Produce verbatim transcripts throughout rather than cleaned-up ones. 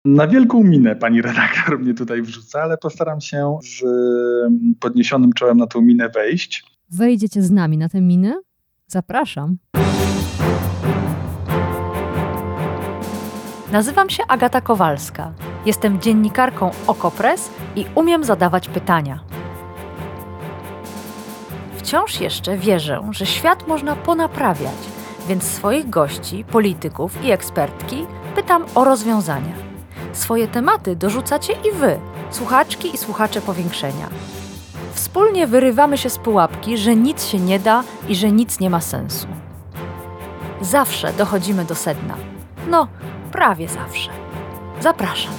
Na wielką minę pani redaktor mnie tutaj wrzuca, ale postaram się z podniesionym czołem na tą minę wejść. Wejdziecie z nami na tę minę? Zapraszam. Nazywam się Agata Kowalska. Jestem dziennikarką Okopres i umiem zadawać pytania. Wciąż jeszcze wierzę, że świat można ponaprawiać, więc swoich gości, polityków i ekspertki pytam o rozwiązania. Swoje tematy dorzucacie i wy, słuchaczki i słuchacze Powiększenia. Wspólnie wyrywamy się z pułapki, że nic się nie da i że nic nie ma sensu. Zawsze dochodzimy do sedna. No, prawie zawsze. Zapraszam.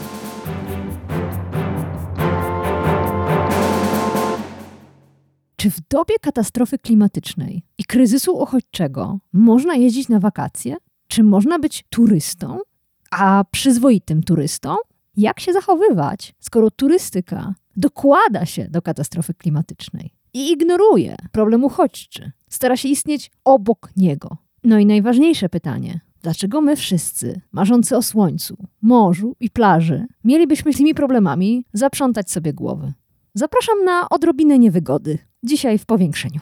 Czy w dobie katastrofy klimatycznej i kryzysu uchodźczego można jeździć na wakacje? Czy można być turystą? A przyzwoitym turystą? Jak się zachowywać, skoro turystyka dokłada się do katastrofy klimatycznej i ignoruje problem uchodźczy, stara się istnieć obok niego? No i najważniejsze pytanie. Dlaczego my wszyscy, marzący o słońcu, morzu i plaży, mielibyśmy z tymi problemami zaprzątać sobie głowy? Zapraszam na odrobinę niewygody. Dzisiaj w Powiększeniu.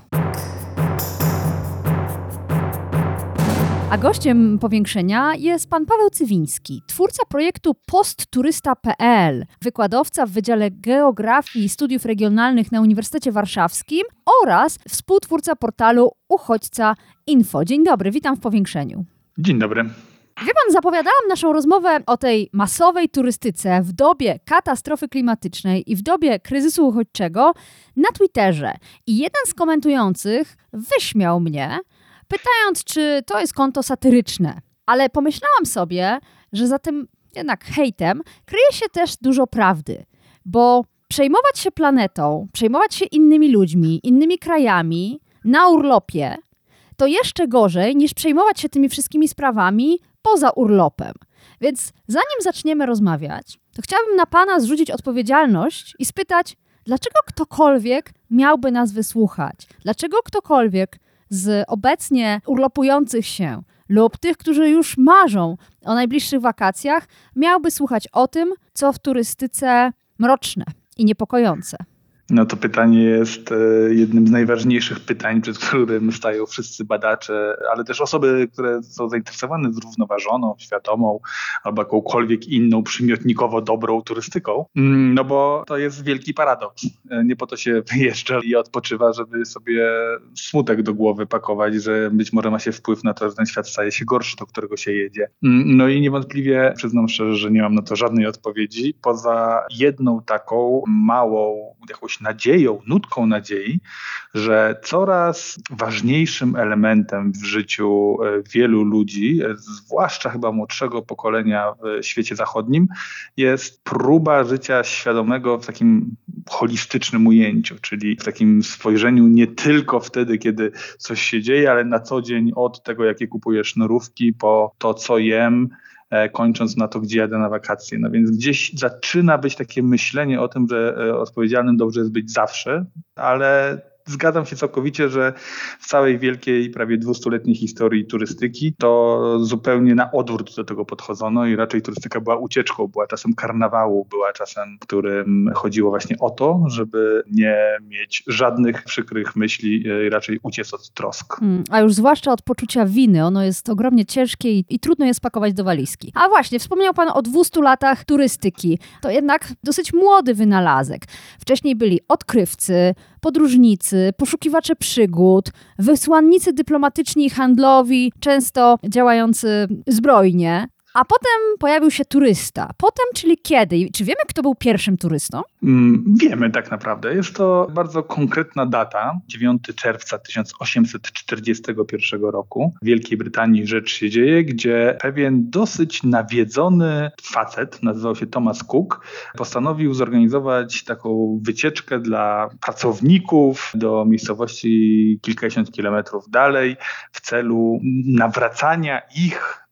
A gościem Powiększenia jest pan Paweł Cywiński, twórca projektu postturysta kropka pe el, wykładowca w Wydziale Geografii i Studiów Regionalnych na Uniwersytecie Warszawskim oraz współtwórca portalu Uchodźca kropka info. Dzień dobry, witam w Powiększeniu. Dzień dobry. Wie pan, zapowiadałam naszą rozmowę o tej masowej turystyce w dobie katastrofy klimatycznej i w dobie kryzysu uchodźczego na Twitterze. I jeden z komentujących wyśmiał mnie, pytając, czy to jest konto satyryczne. Ale pomyślałam sobie, że za tym jednak hejtem kryje się też dużo prawdy. Bo przejmować się planetą, przejmować się innymi ludźmi, innymi krajami na urlopie, to jeszcze gorzej niż przejmować się tymi wszystkimi sprawami poza urlopem. Więc zanim zaczniemy rozmawiać, to chciałabym na pana zrzucić odpowiedzialność i spytać, dlaczego ktokolwiek miałby nas wysłuchać? Dlaczego ktokolwiek z obecnie urlopujących się lub tych, którzy już marzą o najbliższych wakacjach, miałby słuchać o tym, co w turystyce mroczne i niepokojące? No to pytanie jest jednym z najważniejszych pytań, przed którym stają wszyscy badacze, ale też osoby, które są zainteresowane zrównoważoną, świadomą albo jakąkolwiek inną przymiotnikowo dobrą turystyką. No bo to jest wielki paradoks. Nie po to się wyjeżdża i odpoczywa, żeby sobie smutek do głowy pakować, że być może ma się wpływ na to, że ten świat staje się gorszy, do którego się jedzie. No i niewątpliwie przyznam szczerze, że nie mam na to żadnej odpowiedzi, poza jedną taką małą, jakąś nadzieją, nutką nadziei, że coraz ważniejszym elementem w życiu wielu ludzi, zwłaszcza chyba młodszego pokolenia w świecie zachodnim, jest próba życia świadomego w takim holistycznym ujęciu, czyli w takim spojrzeniu nie tylko wtedy, kiedy coś się dzieje, ale na co dzień, od tego, jakie kupuję sznurówki, po to, co jem, kończąc na to, gdzie jadę na wakacje. No więc gdzieś zaczyna być takie myślenie o tym, że odpowiedzialnym dobrze jest być zawsze, ale zgadzam się całkowicie, że w całej wielkiej, prawie dwustuletniej historii turystyki to zupełnie na odwrót do tego podchodzono i raczej turystyka była ucieczką, była czasem karnawału, była czasem, w którym chodziło właśnie o to, żeby nie mieć żadnych przykrych myśli i raczej uciec od trosk. Hmm, a już zwłaszcza od poczucia winy. Ono jest ogromnie ciężkie i, i trudno je spakować do walizki. A właśnie, wspomniał pan o dwustu latach turystyki. To jednak dosyć młody wynalazek. Wcześniej byli odkrywcy, podróżnicy, poszukiwacze przygód, wysłannicy dyplomatyczni i handlowi, często działający zbrojnie. A potem pojawił się turysta. Potem, czyli kiedy? Czy wiemy, kto był pierwszym turystą? Mm, wiemy tak naprawdę. Jest to bardzo konkretna data, dziewiątego czerwca tysiąc osiemset czterdziestego pierwszego roku. W Wielkiej Brytanii rzecz się dzieje, gdzie pewien dosyć nawiedzony facet, nazywał się Thomas Cook, postanowił zorganizować taką wycieczkę dla pracowników do miejscowości kilkadziesiąt kilometrów dalej w celu nawracania ich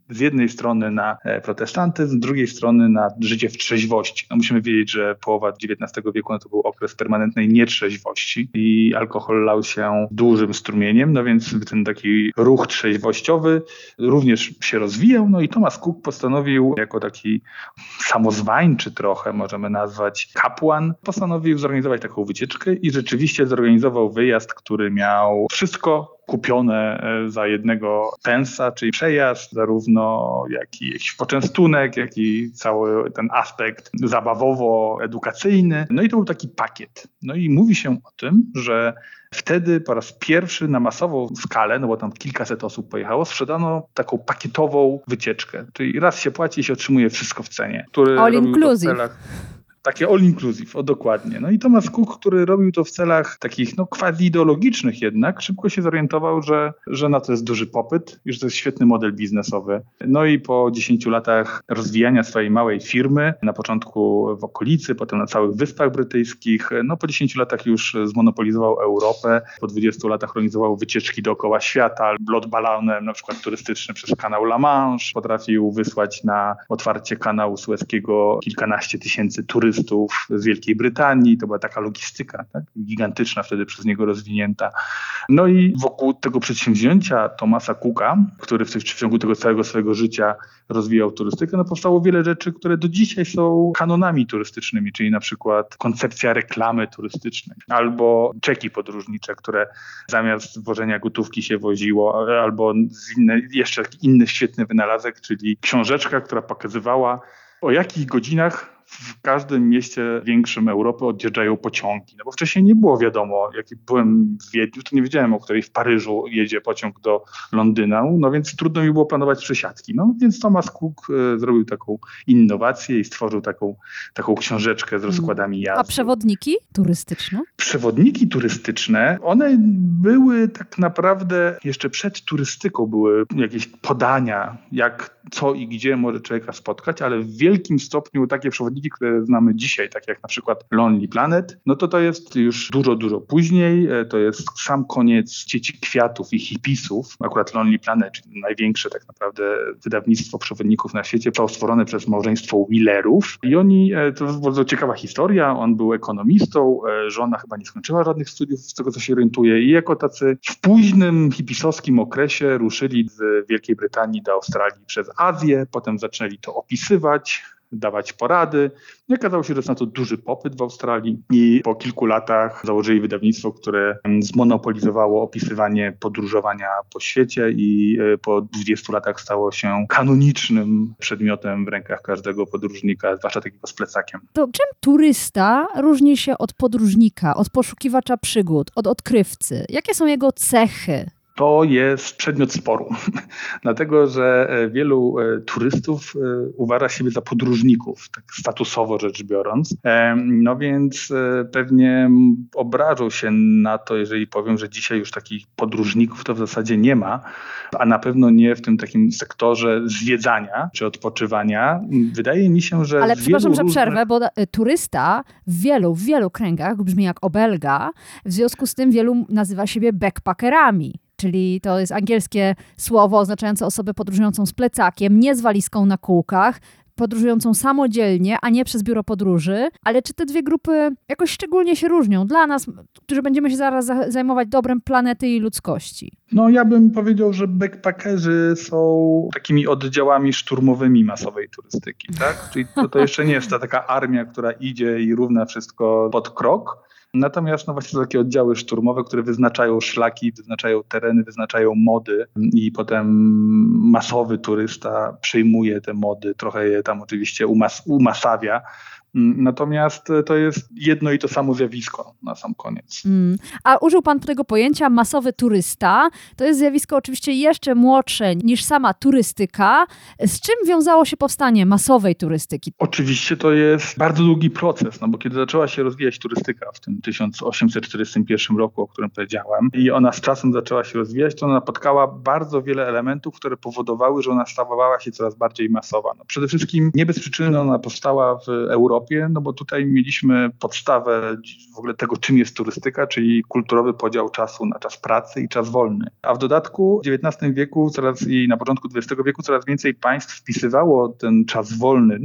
z jednej strony na protestantyzm, z drugiej strony na życie w trzeźwości. No musimy wiedzieć, że połowa dziewiętnastego wieku no to był okres permanentnej nietrzeźwości i alkohol lał się dużym strumieniem, no więc ten taki ruch trzeźwościowy również się rozwijał, no i Thomas Cook postanowił jako taki samozwańczy trochę, możemy nazwać kapłan, postanowił zorganizować taką wycieczkę i rzeczywiście zorganizował wyjazd, który miał wszystko kupione za jednego pensa, czyli przejazd, zarówno jak i jakiś poczęstunek, jak i cały ten aspekt zabawowo-edukacyjny. No i to był taki pakiet. No i mówi się o tym, że wtedy po raz pierwszy na masową skalę, no bo tam kilkaset osób pojechało, sprzedano taką pakietową wycieczkę. Czyli raz się płaci i się otrzymuje wszystko w cenie. Który All robił to w inclusive. celach Takie all inclusive, o dokładnie. No i Thomas Cook, który robił to w celach takich no quasi ideologicznych jednak, szybko się zorientował, że, że na to jest duży popyt i że to jest świetny model biznesowy. No i po dziesięciu latach rozwijania swojej małej firmy, na początku w okolicy, potem na całych Wyspach Brytyjskich, no po dziesięciu latach już zmonopolizował Europę, po dwudziestu latach organizował wycieczki dookoła świata, lot balonem na przykład turystyczny przez kanał La Manche, potrafił wysłać na otwarcie kanału Sueskiego kilkanaście tysięcy turystów z Wielkiej Brytanii. To była taka logistyka, tak? Gigantyczna wtedy przez niego rozwinięta. No i wokół tego przedsięwzięcia Thomasa Cooka, który w, w ciągu tego całego swojego życia rozwijał turystykę, no powstało wiele rzeczy, które do dzisiaj są kanonami turystycznymi, czyli na przykład koncepcja reklamy turystycznej, albo czeki podróżnicze, które zamiast wożenia gotówki się woziło, albo inne, jeszcze inny świetny wynalazek, czyli książeczka, która pokazywała, o jakich godzinach w każdym mieście większym Europy odjeżdżają pociągi. No bo wcześniej nie było wiadomo, jak byłem w Wiedniu, to nie wiedziałem, o której w Paryżu jedzie pociąg do Londynu, no więc trudno mi było planować przesiadki. No więc Thomas Cook e, zrobił taką innowację i stworzył taką, taką książeczkę z rozkładami jazdy. A przewodniki turystyczne? Przewodniki turystyczne, one były tak naprawdę jeszcze przed turystyką, były jakieś podania, jak, co i gdzie może człowieka spotkać, ale w wielkim stopniu takie przewodniki, które znamy dzisiaj, tak jak na przykład Lonely Planet, no to to jest już dużo, dużo później. To jest sam koniec Dzieci Kwiatów i hipisów. Akurat Lonely Planet, czyli największe tak naprawdę wydawnictwo przewodników na świecie, zostało stworzone przez małżeństwo Millerów. I oni, to jest bardzo ciekawa historia, on był ekonomistą, żona chyba nie skończyła żadnych studiów, z tego co się orientuję, i jako tacy w późnym hipisowskim okresie ruszyli z Wielkiej Brytanii do Australii przez Azję, potem zaczęli to opisywać, dawać porady. I okazało się, że jest na to duży popyt w Australii i po kilku latach założyli wydawnictwo, które zmonopolizowało opisywanie podróżowania po świecie i po dwudziestu latach stało się kanonicznym przedmiotem w rękach każdego podróżnika, zwłaszcza takiego z plecakiem. To czym turysta różni się od podróżnika, od poszukiwacza przygód, od odkrywcy? Jakie są jego cechy? To jest przedmiot sporu, dlatego że wielu turystów uważa siebie za podróżników, tak statusowo rzecz biorąc. No więc pewnie obrażą się na to, jeżeli powiem, że dzisiaj już takich podróżników to w zasadzie nie ma, a na pewno nie w tym takim sektorze zwiedzania czy odpoczywania. Wydaje mi się, że Ale przepraszam, że różnych... przerwę, bo turysta w wielu, w wielu kręgach brzmi jak obelga, w związku z tym wielu nazywa siebie backpackerami. Czyli to jest angielskie słowo oznaczające osobę podróżującą z plecakiem, nie z walizką na kółkach, podróżującą samodzielnie, a nie przez biuro podróży. Ale czy te dwie grupy jakoś szczególnie się różnią dla nas, którzy będziemy się zaraz zajmować dobrem planety i ludzkości? No ja bym powiedział, że backpackerzy są takimi oddziałami szturmowymi masowej turystyki, tak? Czyli to, to jeszcze nie jest ta taka armia, która idzie i równa wszystko pod krok. Natomiast no właśnie to takie oddziały szturmowe, które wyznaczają szlaki, wyznaczają tereny, wyznaczają mody i potem masowy turysta przyjmuje te mody, trochę je tam oczywiście umas- umasawia. Natomiast to jest jedno i to samo zjawisko na sam koniec. Mm. A użył pan tego pojęcia masowy turysta. To jest zjawisko oczywiście jeszcze młodsze niż sama turystyka. Z czym wiązało się powstanie masowej turystyki? Oczywiście to jest bardzo długi proces, no bo kiedy zaczęła się rozwijać turystyka w tym tysiąc osiemset czterdziestym pierwszym roku, o którym powiedziałem, i ona z czasem zaczęła się rozwijać, to ona napotkała bardzo wiele elementów, które powodowały, że ona stawała się coraz bardziej masowa. No przede wszystkim nie bez przyczyny ona powstała w Europie, Europie, no bo tutaj mieliśmy podstawę w ogóle tego, czym jest turystyka, czyli kulturowy podział czasu na czas pracy i czas wolny. A w dodatku w dziewiętnastym wieku coraz i na początku dwudziestego wieku coraz więcej państw wpisywało ten czas wolny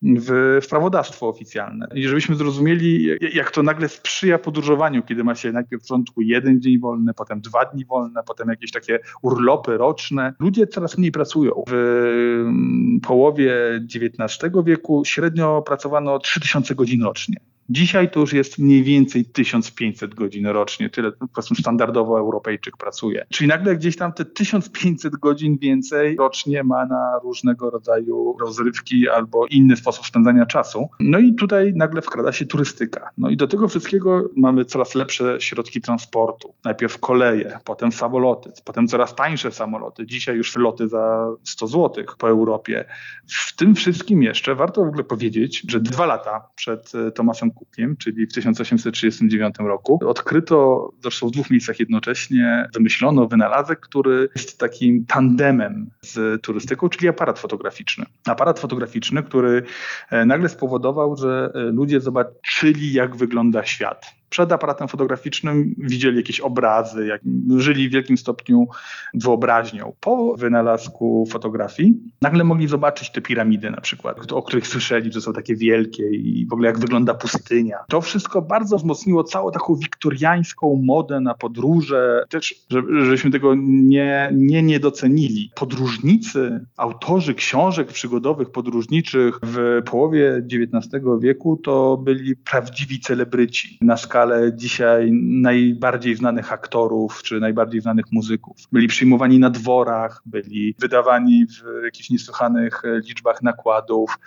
w, w prawodawstwo oficjalne. I żebyśmy zrozumieli, jak to nagle sprzyja podróżowaniu, kiedy ma się najpierw w początku jeden dzień wolny, potem dwa dni wolne, potem jakieś takie urlopy roczne. Ludzie coraz mniej pracują. W połowie dziewiętnastego wieku średnio pracowano trzy tysiące godzin rocznie. Dzisiaj to już jest mniej więcej tysiąc pięćset godzin rocznie, tyle po prostu standardowo Europejczyk pracuje. Czyli nagle gdzieś tam te tysiąc pięćset godzin więcej rocznie ma na różnego rodzaju rozrywki albo inny sposób spędzania czasu. No i tutaj nagle wkrada się turystyka. No i do tego wszystkiego mamy coraz lepsze środki transportu. Najpierw koleje, potem samoloty, potem coraz tańsze samoloty. Dzisiaj już loty za sto złotych po Europie. W tym wszystkim jeszcze warto w ogóle powiedzieć, że dwa lata przed Thomasem Cookiem, czyli w tysiąc osiemset trzydziestym dziewiątym roku, odkryto, zresztą w dwóch miejscach jednocześnie, wymyślono wynalazek, który jest takim tandemem z turystyką, czyli aparat fotograficzny. Aparat fotograficzny, który nagle spowodował, że ludzie zobaczyli, jak wygląda świat. Przed aparatem fotograficznym widzieli jakieś obrazy, jak żyli w wielkim stopniu wyobraźnią. Po wynalazku fotografii nagle mogli zobaczyć te piramidy na przykład, o których słyszeli, że są takie wielkie i w ogóle jak wygląda pustynia. To wszystko bardzo wzmocniło całą taką wiktoriańską modę na podróże. Też, żebyśmy tego nie, nie niedocenili. Podróżnicy, autorzy książek przygodowych, podróżniczych w połowie dziewiętnastego wieku to byli prawdziwi celebryci na skalę ale dzisiaj najbardziej znanych aktorów czy najbardziej znanych muzyków. Byli przyjmowani na dworach, byli wydawani w jakichś niesłychanych liczbach nakładów.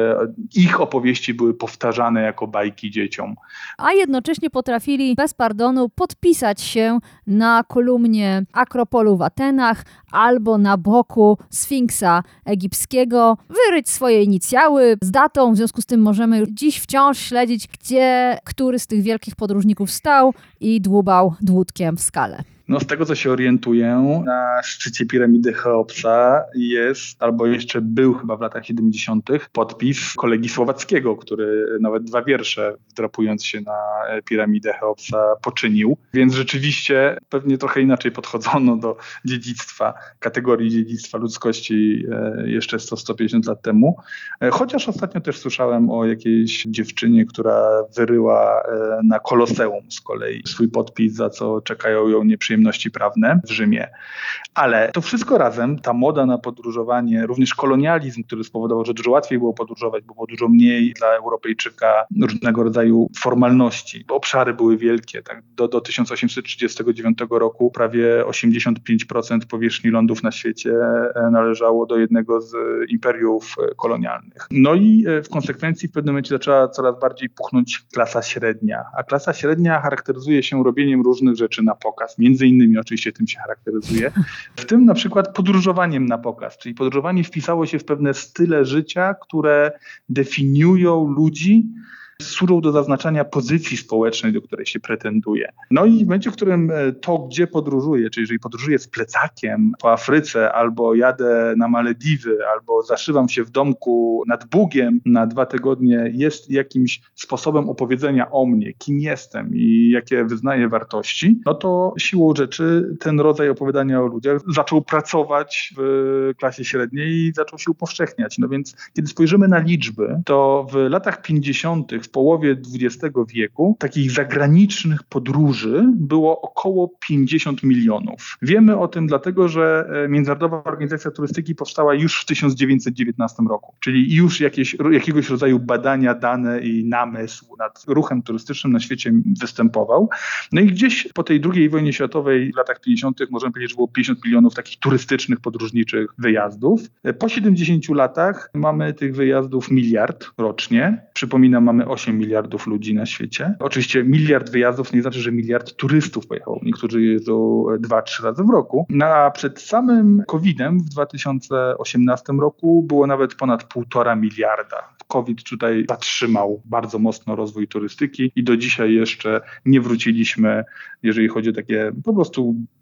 Ich opowieści były powtarzane jako bajki dzieciom. A jednocześnie potrafili bez pardonu podpisać się na kolumnie Akropolu w Atenach albo na boku Sfinksa egipskiego, wyryć swoje inicjały z datą, w związku z tym możemy dziś wciąż śledzić, gdzie który z tych wielkich podróżników stał i dłubał dłutkiem w skale. No z tego, co się orientuję, na szczycie piramidy Cheopsa jest, albo jeszcze był chyba w latach siedemdziesiątych, podpis kolegi Słowackiego, który nawet dwa wiersze, wdrapując się na piramidę Cheopsa, poczynił. Więc rzeczywiście pewnie trochę inaczej podchodzono do dziedzictwa, kategorii dziedzictwa ludzkości jeszcze sto do stu pięćdziesięciu lat temu. Chociaż ostatnio też słyszałem o jakiejś dziewczynie, która wyryła na Koloseum z kolei swój podpis, za co czekają ją nieprzyjemności prawne w Rzymie. Ale to wszystko razem, ta moda na podróżowanie, również kolonializm, który spowodował, że dużo łatwiej było podróżować, bo było dużo mniej dla Europejczyka różnego rodzaju formalności, bo obszary były wielkie. Tak? Do, do tysiąc osiemset trzydziestego dziewiątego roku prawie osiemdziesiąt pięć procent powierzchni lądów na świecie należało do jednego z imperiów kolonialnych. No i w konsekwencji w pewnym momencie zaczęła coraz bardziej puchnąć klasa średnia, a klasa średnia charakteryzuje się robieniem różnych rzeczy na pokaz, między innymi oczywiście tym się charakteryzuje, w tym na przykład podróżowaniem na pokaz, czyli podróżowanie wpisało się w pewne style życia, które definiują ludzi, służą do zaznaczania pozycji społecznej, do której się pretenduje. No i w momencie, w którym to, gdzie podróżuję, czyli jeżeli podróżuję z plecakiem po Afryce, albo jadę na Malediwy, albo zaszywam się w domku nad Bugiem na dwa tygodnie, jest jakimś sposobem opowiedzenia o mnie, kim jestem i jakie wyznaję wartości, no to siłą rzeczy ten rodzaj opowiadania o ludziach zaczął pracować w klasie średniej i zaczął się upowszechniać. No więc kiedy spojrzymy na liczby, to w latach pięćdziesiątych w połowie dwudziestego wieku takich zagranicznych podróży było około pięćdziesiąt milionów. Wiemy o tym dlatego, że Międzynarodowa Organizacja Turystyki powstała już w tysiąc dziewięćset dziewiętnastym roku, czyli już jakieś, jakiegoś rodzaju badania, dane i namysł nad ruchem turystycznym na świecie występował. No i gdzieś po tej drugiej wojnie światowej w latach pięćdziesiątych możemy powiedzieć, że było pięćdziesiąt milionów takich turystycznych, podróżniczych wyjazdów. Po siedemdziesięciu latach mamy tych wyjazdów miliard rocznie. Przypominam, mamy osiem miliardów ludzi na świecie. Oczywiście miliard wyjazdów nie znaczy, że miliard turystów pojechało. Niektórzy jeżdżą dwa, trzy razy w roku. No a przed samym kowidem w dwa tysiące osiemnastym roku było nawet ponad półtora miliarda. COVID tutaj zatrzymał bardzo mocno rozwój turystyki i do dzisiaj jeszcze nie wróciliśmy, jeżeli chodzi o takie po prostu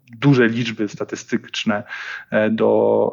duże liczby statystyczne do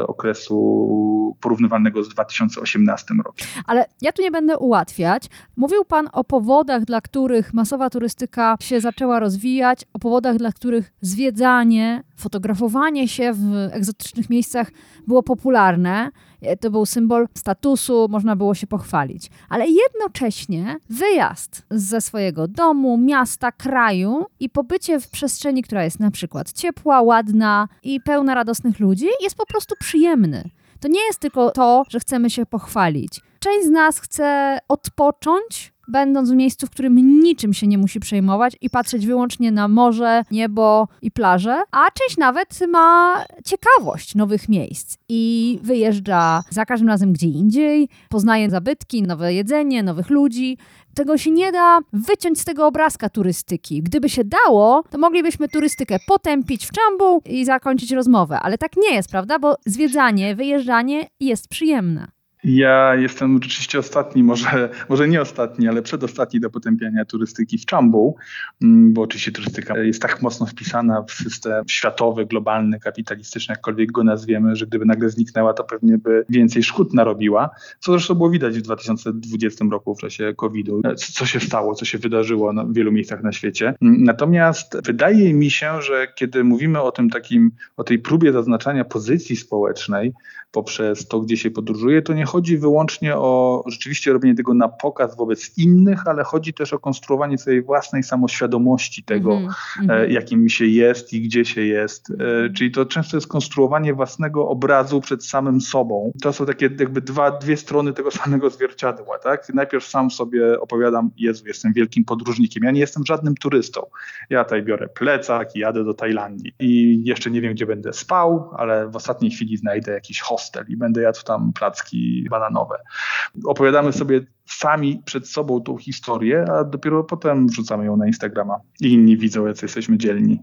okresu porównywalnego z dwa tysiące osiemnastym rokiem. Ale ja tu nie będę ułatwiać. Mówił pan o powodach, dla których masowa turystyka się zaczęła rozwijać, o powodach, dla których zwiedzanie, fotografowanie się w egzotycznych miejscach było popularne. To był symbol statusu, można było się pochwalić. Ale jednocześnie wyjazd ze swojego domu, miasta, kraju i pobycie w przestrzeni, która jest na przykład ciepła, ładna i pełna radosnych ludzi, jest po prostu przyjemny. To nie jest tylko to, że chcemy się pochwalić. Część z nas chce odpocząć, będąc w miejscu, w którym niczym się nie musi przejmować i patrzeć wyłącznie na morze, niebo i plażę, a część nawet ma ciekawość nowych miejsc i wyjeżdża za każdym razem gdzie indziej, poznaje zabytki, nowe jedzenie, nowych ludzi. Tego się nie da wyciąć z tego obrazka turystyki. Gdyby się dało, to moglibyśmy turystykę potępić w czambu i zakończyć rozmowę, ale tak nie jest, prawda? Bo zwiedzanie, wyjeżdżanie jest przyjemne. Ja jestem rzeczywiście ostatni, może, może nie ostatni, ale przedostatni do potępiania turystyki w czambu, bo oczywiście turystyka jest tak mocno wpisana w system światowy, globalny, kapitalistyczny, jakkolwiek go nazwiemy, że gdyby nagle zniknęła, to pewnie by więcej szkód narobiła, co zresztą było widać w dwa tysiące dwudziestym roku w czasie kowida, co się stało, co się wydarzyło w wielu miejscach na świecie. Natomiast wydaje mi się, że kiedy mówimy o tym takim, o tej próbie zaznaczania pozycji społecznej poprzez to, gdzie się podróżuje, to nie chodzi wyłącznie o rzeczywiście robienie tego na pokaz wobec innych, ale chodzi też o konstruowanie swojej własnej samoświadomości tego, mm-hmm. jakim się jest i gdzie się jest. Czyli to często jest konstruowanie własnego obrazu przed samym sobą. To są takie jakby dwa, dwie strony tego samego zwierciadła. Tak? Najpierw sam sobie opowiadam, Jezu, jestem wielkim podróżnikiem. Ja nie jestem żadnym turystą. Ja tutaj biorę plecak i jadę do Tajlandii. I jeszcze nie wiem, gdzie będę spał, ale w ostatniej chwili znajdę jakiś hostel i będę jadł tam placki bananowe. Opowiadamy sobie sami przed sobą tą historię, a dopiero potem wrzucamy ją na Instagrama i inni widzą, jacy jesteśmy dzielni.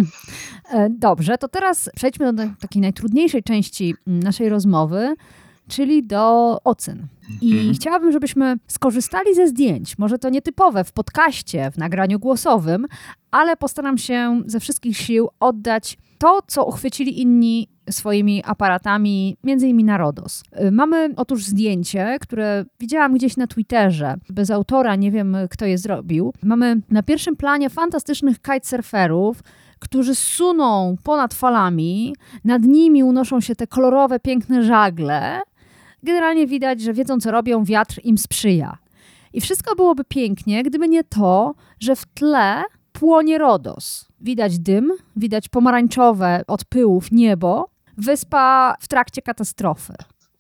Dobrze, to teraz przejdźmy do takiej najtrudniejszej części naszej rozmowy, czyli do ocen. I mhm. chciałabym, żebyśmy skorzystali ze zdjęć. Może to nietypowe w podcaście, w nagraniu głosowym, ale postaram się ze wszystkich sił oddać to, co uchwycili inni swoimi aparatami, między innymi na RODOS. Mamy otóż zdjęcie, które widziałam gdzieś na Twitterze. Bez autora, nie wiem, kto je zrobił. Mamy na pierwszym planie fantastycznych kitesurferów, którzy suną ponad falami, nad nimi unoszą się te kolorowe, piękne żagle. Generalnie widać, że wiedzą, co robią, wiatr im sprzyja. I wszystko byłoby pięknie, gdyby nie to, że w tle płonie RODOS. Widać dym, widać pomarańczowe od pyłów niebo, wyspa w trakcie katastrofy.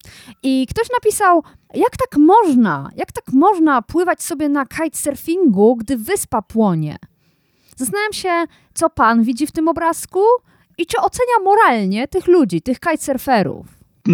I ktoś napisał, jak tak można, jak tak można pływać sobie na kitesurfingu, gdy wyspa płonie? Zastanawiam się, co pan widzi w tym obrazku i czy ocenia moralnie tych ludzi, tych kitesurferów.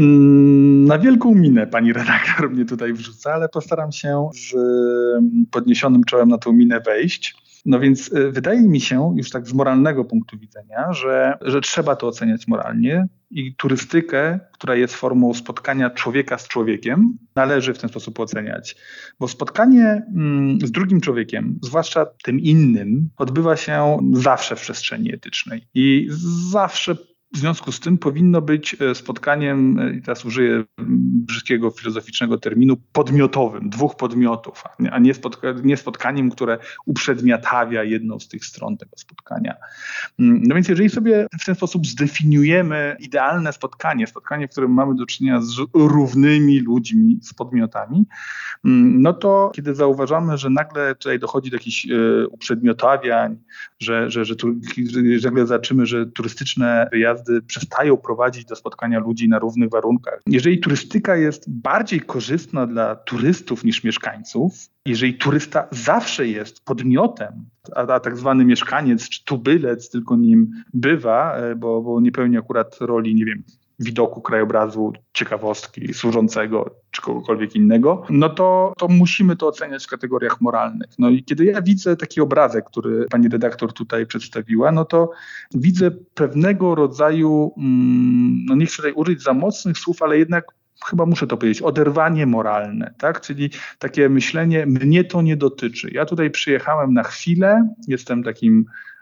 Na wielką minę pani redaktor mnie tutaj wrzuca, ale postaram się z podniesionym czołem na tą minę wejść. No więc wydaje mi się, już tak z moralnego punktu widzenia, że, że trzeba to oceniać moralnie i turystykę, która jest formą spotkania człowieka z człowiekiem, należy w ten sposób oceniać. Bo spotkanie mm, z drugim człowiekiem, zwłaszcza tym innym, odbywa się zawsze w przestrzeni etycznej i zawsze w związku z tym powinno być spotkaniem, i teraz użyję brzydkiego filozoficznego terminu, podmiotowym, dwóch podmiotów, a nie, spotka- nie spotkaniem, które uprzedmiotawia jedną z tych stron tego spotkania. No więc jeżeli sobie w ten sposób zdefiniujemy idealne spotkanie, spotkanie, w którym mamy do czynienia z równymi ludźmi, z podmiotami, no to kiedy zauważamy, że nagle tutaj dochodzi do jakichś uprzedmiotawiań, że, że, że, tu, że nagle zobaczymy, że turystyczne wyjazdy przestają prowadzić do spotkania ludzi na równych warunkach. Jeżeli turystyka jest bardziej korzystna dla turystów niż mieszkańców, jeżeli turysta zawsze jest podmiotem, a, a tak zwany mieszkaniec czy tubylec tylko nim bywa, bo, bo nie pełni akurat roli, nie wiem, widoku, krajobrazu, ciekawostki, służącego czy kogokolwiek innego, no to, to musimy to oceniać w kategoriach moralnych. No i kiedy ja widzę taki obrazek, który pani redaktor tutaj przedstawiła, no to widzę pewnego rodzaju, mm, no nie chcę tutaj użyć za mocnych słów, ale jednak chyba muszę to powiedzieć, oderwanie moralne, tak? Czyli takie myślenie, mnie to nie dotyczy. Ja tutaj przyjechałem na chwilę, jestem takim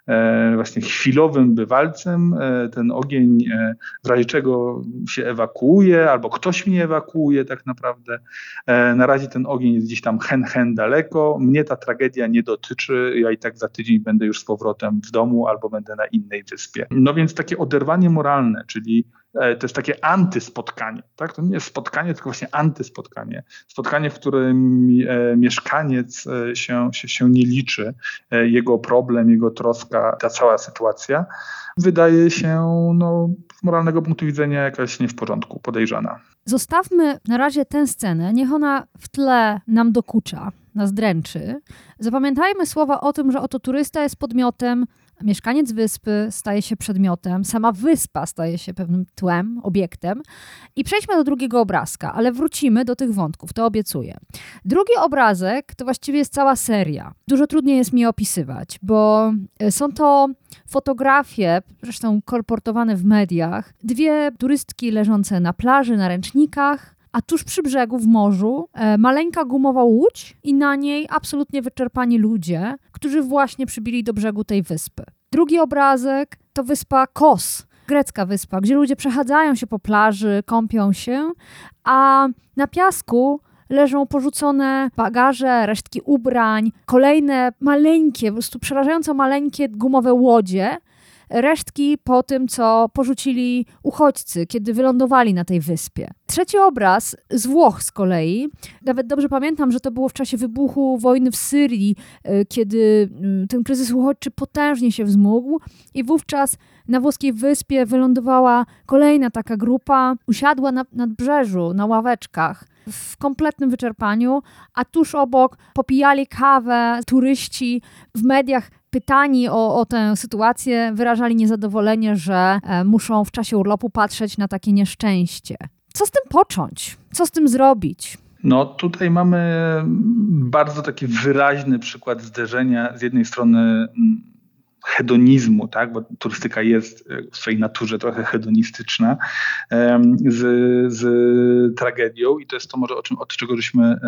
właśnie chwilowym bywalcem, ten ogień w razie czego się ewakuuje, albo ktoś mnie ewakuuje tak naprawdę. Na razie ten ogień jest gdzieś tam hen, hen daleko. Mnie ta tragedia nie dotyczy. Ja i tak za tydzień będę już z powrotem w domu albo będę na innej wyspie. No więc takie oderwanie moralne, czyli to jest takie antyspotkanie. Tak? To nie jest spotkanie, tylko właśnie antyspotkanie. Spotkanie, w którym mieszkaniec się, się, się nie liczy, jego problem, jego troska, ta cała sytuacja wydaje się no, z moralnego punktu widzenia jakaś nie w porządku, podejrzana. Zostawmy na razie tę scenę, niech ona w tle nam dokucza, nas dręczy. Zapamiętajmy słowa o tym, że oto turysta jest podmiotem, mieszkaniec wyspy staje się przedmiotem, sama wyspa staje się pewnym tłem, obiektem. I przejdźmy do drugiego obrazka, ale wrócimy do tych wątków, to obiecuję. Drugi obrazek to właściwie jest cała seria. Dużo trudniej jest mi opisywać, bo są to fotografie, zresztą kolportowane w mediach, dwie turystki leżące na plaży, na ręcznikach, a tuż przy brzegu w morzu e, maleńka gumowa łódź i na niej absolutnie wyczerpani ludzie, którzy właśnie przybili do brzegu tej wyspy. Drugi obrazek to wyspa Kos, grecka wyspa, gdzie ludzie przechadzają się po plaży, kąpią się, a na piasku leżą porzucone bagaże, resztki ubrań, kolejne maleńkie, po prostu przerażająco maleńkie gumowe łodzie, resztki po tym, co porzucili uchodźcy, kiedy wylądowali na tej wyspie. Trzeci obraz z Włoch z kolei. Nawet dobrze pamiętam, że to było w czasie wybuchu wojny w Syrii, kiedy ten kryzys uchodźczy potężnie się wzmógł i wówczas na włoskiej wyspie wylądowała kolejna taka grupa, usiadła na nadbrzeżu, na ławeczkach, w kompletnym wyczerpaniu, a tuż obok popijali kawę turyści. W mediach pytani o, o tę sytuację wyrażali niezadowolenie, że e, muszą w czasie urlopu patrzeć na takie nieszczęście. Co z tym począć? Co z tym zrobić? No tutaj mamy bardzo taki wyraźny przykład zderzenia z jednej strony hedonizmu, tak? Bo turystyka jest w swojej naturze trochę hedonistyczna, z, z tragedią i to jest to może o czym, od czego żeśmy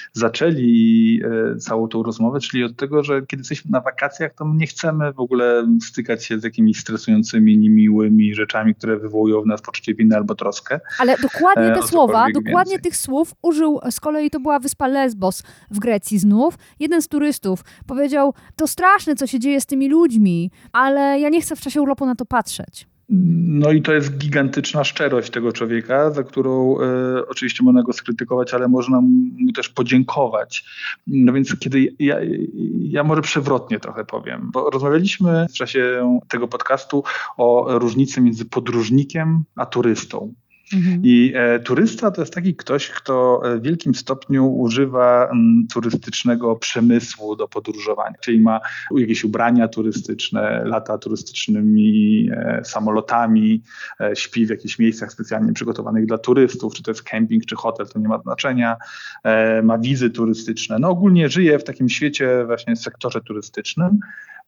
zaczęli całą tą rozmowę, czyli od tego, że kiedy jesteśmy na wakacjach, to nie chcemy w ogóle stykać się z jakimiś stresującymi, niemiłymi rzeczami, które wywołują w nas poczucie winy albo troskę. Ale dokładnie te słowa, dokładnie więcej. tych słów użył, z kolei to była wyspa Lesbos w Grecji znów. Jeden z turystów powiedział, to straszne, co się dzieje z tymi ludźmi, ale ja nie chcę w czasie urlopu na to patrzeć. No i to jest gigantyczna szczerość tego człowieka, za którą e, oczywiście można go skrytykować, ale można mu też podziękować. No więc kiedy ja, ja może przewrotnie trochę powiem, bo rozmawialiśmy w czasie tego podcastu o różnicy między podróżnikiem a turystą. Mhm. I e, turysta to jest taki ktoś, kto w wielkim stopniu używa m, turystycznego przemysłu do podróżowania, czyli ma jakieś ubrania turystyczne, lata turystycznymi e, samolotami, e, śpi w jakichś miejscach specjalnie przygotowanych dla turystów, czy to jest kemping, czy hotel, to nie ma znaczenia, e, ma wizy turystyczne. No ogólnie żyje w takim świecie właśnie w sektorze turystycznym.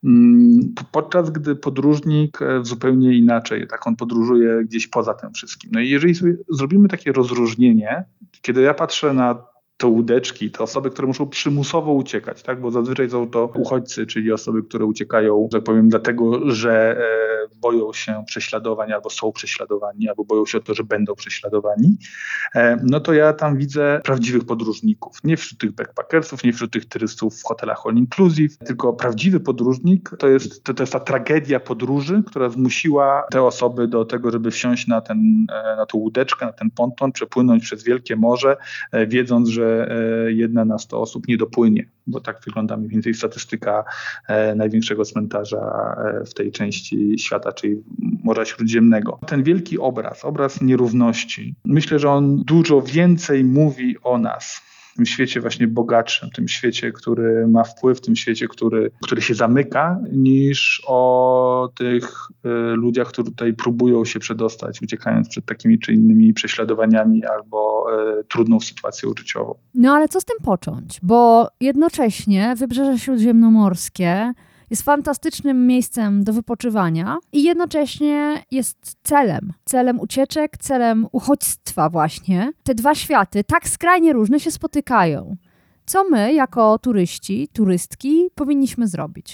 Podczas gdy podróżnik zupełnie inaczej, tak on podróżuje gdzieś poza tym wszystkim. No i jeżeli sobie zrobimy takie rozróżnienie, kiedy ja patrzę na te łódeczki, te osoby, które muszą przymusowo uciekać, tak? Bo zazwyczaj są to uchodźcy, czyli osoby, które uciekają, że tak powiem, dlatego, że e, boją się prześladowań, albo są prześladowani, albo boją się o to, że będą prześladowani, e, no to ja tam widzę prawdziwych podróżników. Nie wśród tych backpackersów, nie wśród tych turystów w hotelach all inclusive, tylko prawdziwy podróżnik to jest, to, to jest ta tragedia podróży, która zmusiła te osoby do tego, żeby wsiąść na, ten, na tą łódeczkę, na ten ponton, przepłynąć przez wielkie morze, e, wiedząc, że jedna na sto osób nie dopłynie, bo tak wygląda mniej więcej statystyka e, największego cmentarza e, w tej części świata, czyli Morza Śródziemnego. Ten wielki obraz, obraz nierówności, myślę, że on dużo więcej mówi o nas, w tym świecie właśnie bogatszym, tym świecie, który ma wpływ, tym świecie, który, który się zamyka, niż o tych y, ludziach, którzy tutaj próbują się przedostać, uciekając przed takimi czy innymi prześladowaniami albo y, trudną sytuacją życiową. No ale co z tym począć? Bo jednocześnie Wybrzeże Śródziemnomorskie jest fantastycznym miejscem do wypoczywania i jednocześnie jest celem. Celem ucieczek, celem uchodźstwa właśnie. Te dwa światy, tak skrajnie różne, się spotykają. Co my, jako turyści, turystki, powinniśmy zrobić?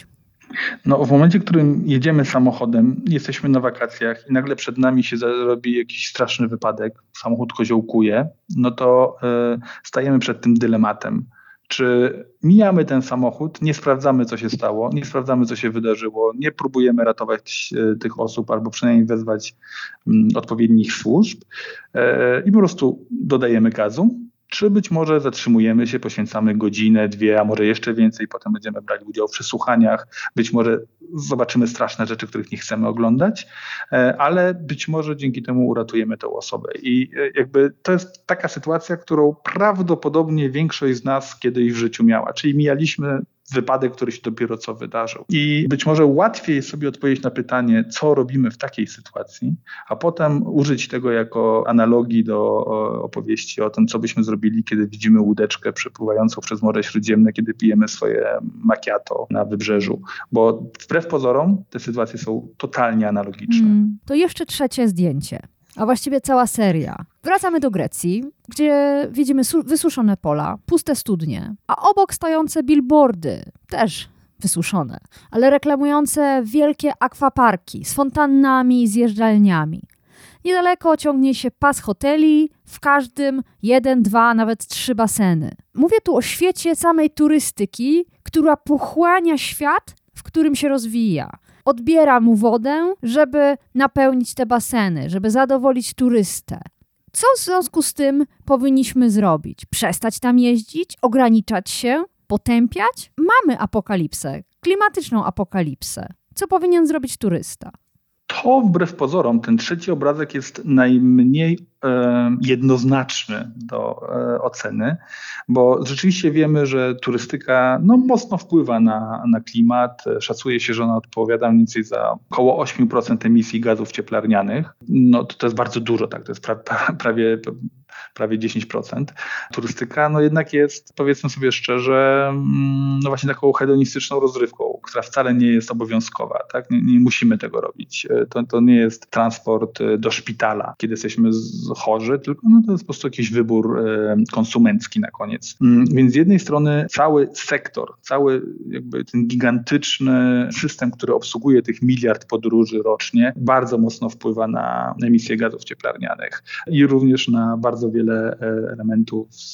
No, w momencie, w którym jedziemy samochodem, jesteśmy na wakacjach i nagle przed nami się robi jakiś straszny wypadek, samochód koziołkuje, no to y, stajemy przed tym dylematem. Czy mijamy ten samochód, nie sprawdzamy, co się stało, nie sprawdzamy, co się wydarzyło, nie próbujemy ratować y, tych osób albo przynajmniej wezwać y, odpowiednich służb y, i po prostu dodajemy gazu. Czy być może zatrzymujemy się, poświęcamy godzinę, dwie, a może jeszcze więcej, potem będziemy brali udział w przesłuchaniach, być może zobaczymy straszne rzeczy, których nie chcemy oglądać, ale być może dzięki temu uratujemy tę osobę. I jakby to jest taka sytuacja, którą prawdopodobnie większość z nas kiedyś w życiu miała, czyli mijaliśmy wypadek, który się dopiero co wydarzył. I być może łatwiej jest sobie odpowiedzieć na pytanie, co robimy w takiej sytuacji, a potem użyć tego jako analogii do opowieści o tym, co byśmy zrobili, kiedy widzimy łódeczkę przepływającą przez Morze Śródziemne, kiedy pijemy swoje macchiato na wybrzeżu. Bo wbrew pozorom te sytuacje są totalnie analogiczne. Hmm, to jeszcze trzecie zdjęcie. A właściwie cała seria. Wracamy do Grecji, gdzie widzimy wysuszone pola, puste studnie, a obok stojące billboardy, też wysuszone, ale reklamujące wielkie akwaparki z fontannami i zjeżdżalniami. Niedaleko ciągnie się pas hoteli, w każdym jeden, dwa, nawet trzy baseny. Mówię tu o świecie samej turystyki, która pochłania świat, w którym się rozwija. Odbiera mu wodę, żeby napełnić te baseny, żeby zadowolić turystę. Co w związku z tym powinniśmy zrobić? Przestać tam jeździć? Ograniczać się? Potępiać? Mamy apokalipsę, klimatyczną apokalipsę. Co powinien zrobić turysta? To wbrew pozorom, ten trzeci obrazek jest najmniej e, jednoznaczny do e, oceny, bo rzeczywiście wiemy, że turystyka no, mocno wpływa na, na klimat. Szacuje się, że ona odpowiada mniej więcej za około osiem procent emisji gazów cieplarnianych. No, to, to jest bardzo dużo, tak? To jest pra, pra, prawie... prawie dziesięć procent. Turystyka no jednak jest, powiedzmy sobie szczerze, no właśnie taką hedonistyczną rozrywką, która wcale nie jest obowiązkowa. Tak? Nie, nie musimy tego robić. To, to nie jest transport do szpitala, kiedy jesteśmy chorzy, tylko no to jest po prostu jakiś wybór konsumencki na koniec. Więc z jednej strony cały sektor, cały jakby ten gigantyczny system, który obsługuje tych miliard podróży rocznie, bardzo mocno wpływa na emisję gazów cieplarnianych i również na bardzo wiele elementów z,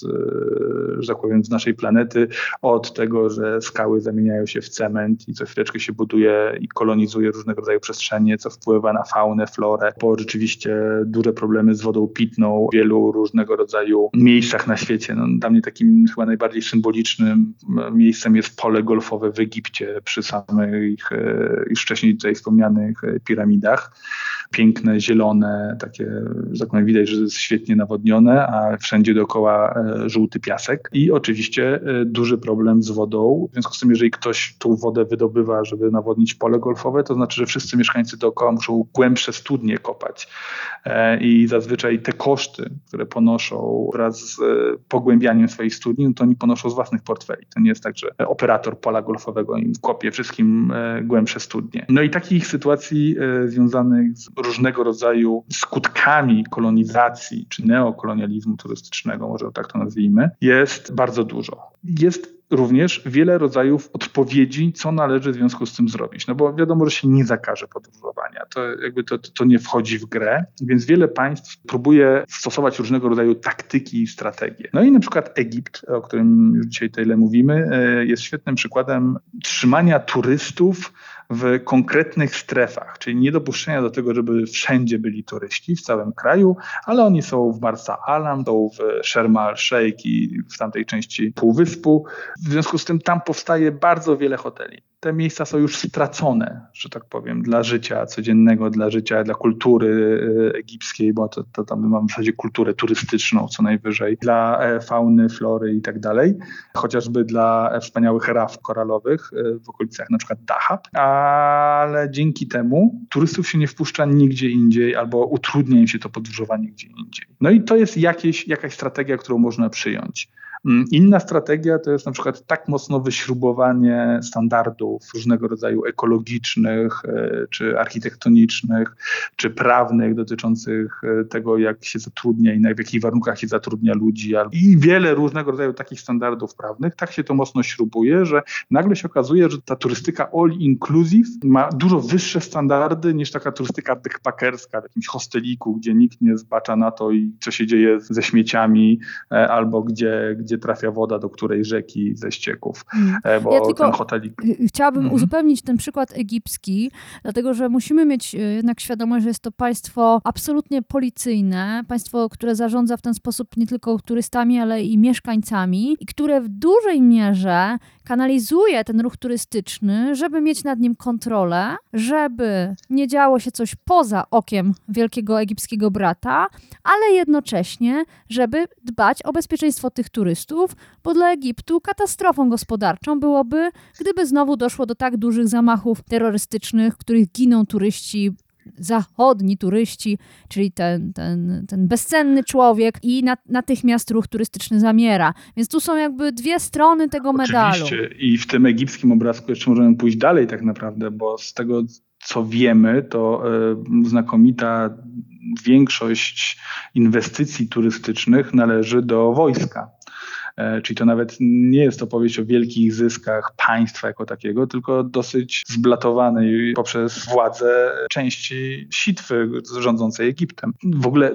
że tak powiem, z naszej planety, od tego, że skały zamieniają się w cement i co chwileczkę się buduje i kolonizuje różnego rodzaju przestrzenie, co wpływa na faunę, florę, po rzeczywiście duże problemy z wodą pitną w wielu różnego rodzaju miejscach na świecie. No, dla mnie takim chyba najbardziej symbolicznym miejscem jest pole golfowe w Egipcie przy samych już wcześniej tutaj wspomnianych piramidach. Piękne, zielone, takie, że tak powiem, widać, że jest świetnie nawodnione, a wszędzie dookoła e, żółty piasek. I oczywiście e, duży problem z wodą. W związku z tym, jeżeli ktoś tą wodę wydobywa, żeby nawodnić pole golfowe, to znaczy, że wszyscy mieszkańcy dookoła muszą głębsze studnie kopać. E, I zazwyczaj te koszty, które ponoszą wraz z e, pogłębianiem swoich studni, no to oni ponoszą z własnych portfeli. To nie jest tak, że operator pola golfowego im kopie wszystkim e, głębsze studnie. No i takich sytuacji e, związanych z różnego rodzaju skutkami kolonizacji czy neokolonializmu turystycznego, może tak to nazwijmy, jest bardzo dużo. Jest również wiele rodzajów odpowiedzi, co należy w związku z tym zrobić. No bo wiadomo, że się nie zakaże podróżowania. To jakby to, to nie wchodzi w grę, więc wiele państw próbuje stosować różnego rodzaju taktyki i strategie. No i na przykład Egipt, o którym już dzisiaj tyle mówimy, jest świetnym przykładem trzymania turystów w konkretnych strefach, czyli nie dopuszczenia do tego, żeby wszędzie byli turyści w całym kraju, ale oni są w Marsa Alam, są w Sharm el-Sheikh i w tamtej części półwyspu. W związku z tym tam powstaje bardzo wiele hoteli. Te miejsca są już stracone, że tak powiem, dla życia codziennego, dla życia, dla kultury egipskiej, bo to, to tam mamy w zasadzie kulturę turystyczną co najwyżej, dla fauny, flory i tak dalej, chociażby dla wspaniałych raf koralowych w okolicach na przykład Dahab, ale dzięki temu turystów się nie wpuszcza nigdzie indziej albo utrudnia im się to podróżowanie gdzie indziej. No i to jest jakieś, jakaś strategia, którą można przyjąć. Inna strategia to jest na przykład tak mocno wyśrubowanie standardów różnego rodzaju ekologicznych, czy architektonicznych, czy prawnych dotyczących tego, jak się zatrudnia i w jakich warunkach się zatrudnia ludzi i wiele różnego rodzaju takich standardów prawnych. Tak się to mocno śrubuje, że nagle się okazuje, że ta turystyka all inclusive ma dużo wyższe standardy niż taka turystyka backpackerska w jakimś hosteliku, gdzie nikt nie zbacza na to, i co się dzieje ze śmieciami, albo gdzie, gdzie trafia woda do której rzeki ze ścieków, bo ja tylko ten hotelik... Chciałabym mhm. uzupełnić ten przykład egipski, dlatego że musimy mieć jednak świadomość, że jest to państwo absolutnie policyjne, państwo, które zarządza w ten sposób nie tylko turystami, ale i mieszkańcami i które w dużej mierze kanalizuje ten ruch turystyczny, żeby mieć nad nim kontrolę, żeby nie działo się coś poza okiem wielkiego egipskiego brata, ale jednocześnie, żeby dbać o bezpieczeństwo tych turystów, bo dla Egiptu katastrofą gospodarczą byłoby, gdyby znowu doszło do tak dużych zamachów terrorystycznych, w których giną turyści, zachodni turyści, czyli ten, ten, ten bezcenny człowiek i nat, natychmiast ruch turystyczny zamiera. Więc tu są jakby dwie strony tego medalu. Oczywiście i w tym egipskim obrazku jeszcze możemy pójść dalej tak naprawdę, bo z tego co wiemy, to y, znakomita większość inwestycji turystycznych należy do wojska. Czyli to nawet nie jest opowieść o wielkich zyskach państwa jako takiego, tylko dosyć zblatowanej poprzez władzę części sitwy rządzącej Egiptem. W ogóle,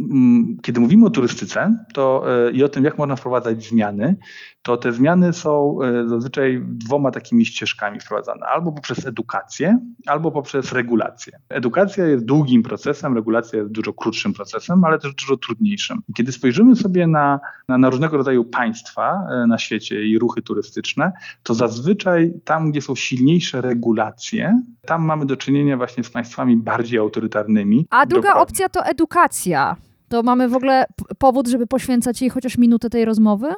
kiedy mówimy o turystyce to i o tym, jak można wprowadzać zmiany, to te zmiany są zazwyczaj dwoma takimi ścieżkami wprowadzane. Albo poprzez edukację, albo poprzez regulację. Edukacja jest długim procesem, regulacja jest dużo krótszym procesem, ale też dużo trudniejszym. Kiedy spojrzymy sobie na, na, na różnego rodzaju państwa na świecie i ruchy turystyczne, to zazwyczaj tam, gdzie są silniejsze regulacje, tam mamy do czynienia właśnie z państwami bardziej autorytarnymi. A druga Dokładnie. opcja to edukacja. To mamy w ogóle p- powód, żeby poświęcać jej chociaż minutę tej rozmowy?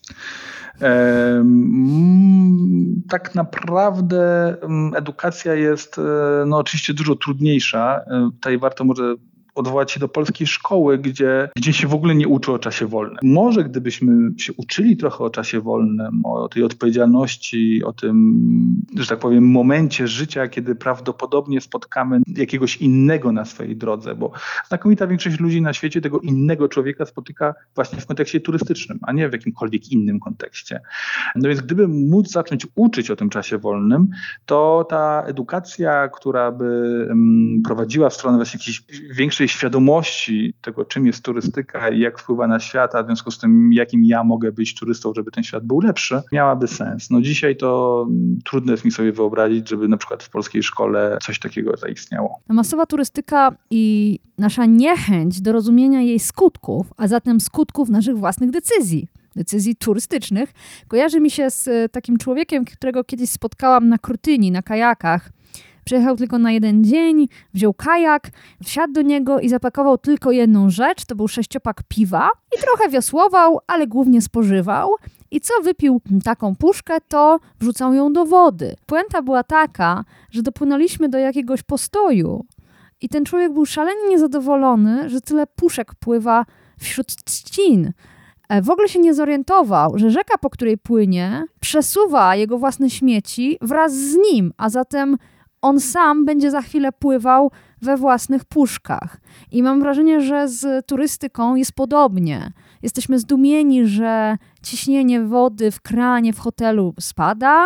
Tak naprawdę edukacja jest no oczywiście dużo trudniejsza. Tutaj warto może odwołać się do polskiej szkoły, gdzie, gdzie się w ogóle nie uczy o czasie wolnym. Może gdybyśmy się uczyli trochę o czasie wolnym, o tej odpowiedzialności, o tym, że tak powiem, momencie życia, kiedy prawdopodobnie spotkamy jakiegoś innego na swojej drodze, bo znakomita większość ludzi na świecie tego innego człowieka spotyka właśnie w kontekście turystycznym, a nie w jakimkolwiek innym kontekście. No więc gdyby móc zacząć uczyć o tym czasie wolnym, to ta edukacja, która by um, prowadziła w stronę właśnie jakiejś większej świadomości tego, czym jest turystyka i jak wpływa na świat, a w związku z tym, jakim ja mogę być turystą, żeby ten świat był lepszy, miałaby sens. No dzisiaj to trudno jest mi sobie wyobrazić, żeby na przykład w polskiej szkole coś takiego zaistniało. Masowa turystyka i nasza niechęć do rozumienia jej skutków, a zatem skutków naszych własnych decyzji, decyzji turystycznych, kojarzy mi się z takim człowiekiem, którego kiedyś spotkałam na Krutyni, na kajakach. Przyjechał tylko na jeden dzień, wziął kajak, wsiadł do niego i zapakował tylko jedną rzecz, to był sześciopak piwa i trochę wiosłował, ale głównie spożywał. I co wypił taką puszkę, to wrzucał ją do wody. Puenta była taka, że dopłynęliśmy do jakiegoś postoju i ten człowiek był szalenie niezadowolony, że tyle puszek pływa wśród trzcin. W ogóle się nie zorientował, że rzeka, po której płynie, przesuwa jego własne śmieci wraz z nim, a zatem on sam będzie za chwilę pływał we własnych puszkach. I mam wrażenie, że z turystyką jest podobnie. Jesteśmy zdumieni, że ciśnienie wody w kranie w hotelu spada,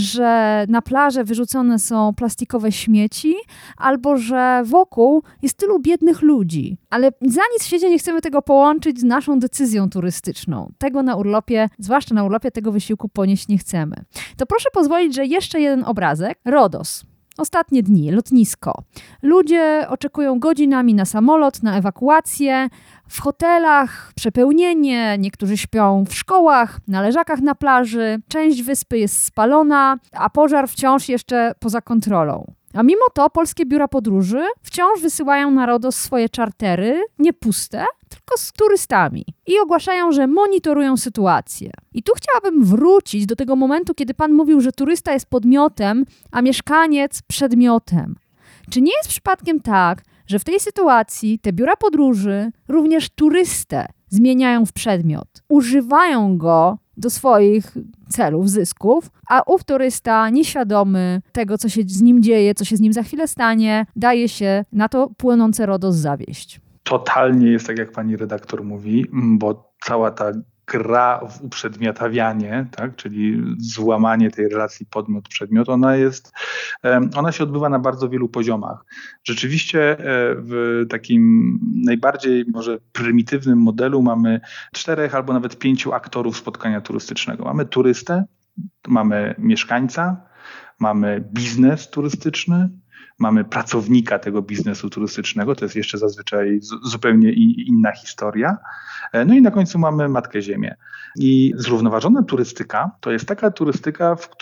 że na plaży wyrzucone są plastikowe śmieci, albo że wokół jest tylu biednych ludzi. Ale za nic w świecie nie chcemy tego połączyć z naszą decyzją turystyczną. Tego na urlopie, zwłaszcza na urlopie, tego wysiłku ponieść nie chcemy. To proszę pozwolić, że jeszcze jeden obrazek. Rodos. Ostatnie dni, lotnisko. Ludzie oczekują godzinami na samolot, na ewakuację. W hotelach przepełnienie, niektórzy śpią w szkołach, na leżakach na plaży. Część wyspy jest spalona, a pożar wciąż jeszcze poza kontrolą. A mimo to polskie biura podróży wciąż wysyłają na Rodos swoje czartery, nie puste, tylko z turystami. I ogłaszają, że monitorują sytuację. I tu chciałabym wrócić do tego momentu, kiedy pan mówił, że turysta jest podmiotem, a mieszkaniec przedmiotem. Czy nie jest przypadkiem tak, że w tej sytuacji te biura podróży również turystę zmieniają w przedmiot. Używają go do swoich celów, zysków, a ów turysta nieświadomy tego, co się z nim dzieje, co się z nim za chwilę stanie, daje się na to płynące RODOS zawieść. Totalnie jest tak, jak pani redaktor mówi, bo cała ta gra w uprzedmiotawianie, tak, czyli złamanie tej relacji podmiot-przedmiot, ona jest, ona się odbywa na bardzo wielu poziomach. Rzeczywiście w takim najbardziej może prymitywnym modelu mamy czterech albo nawet pięciu aktorów spotkania turystycznego. Mamy turystę, mamy mieszkańca, mamy biznes turystyczny, mamy pracownika tego biznesu turystycznego, to jest jeszcze zazwyczaj z, zupełnie i, inna historia. No i na końcu mamy Matkę Ziemię. I zrównoważona turystyka to jest taka turystyka, w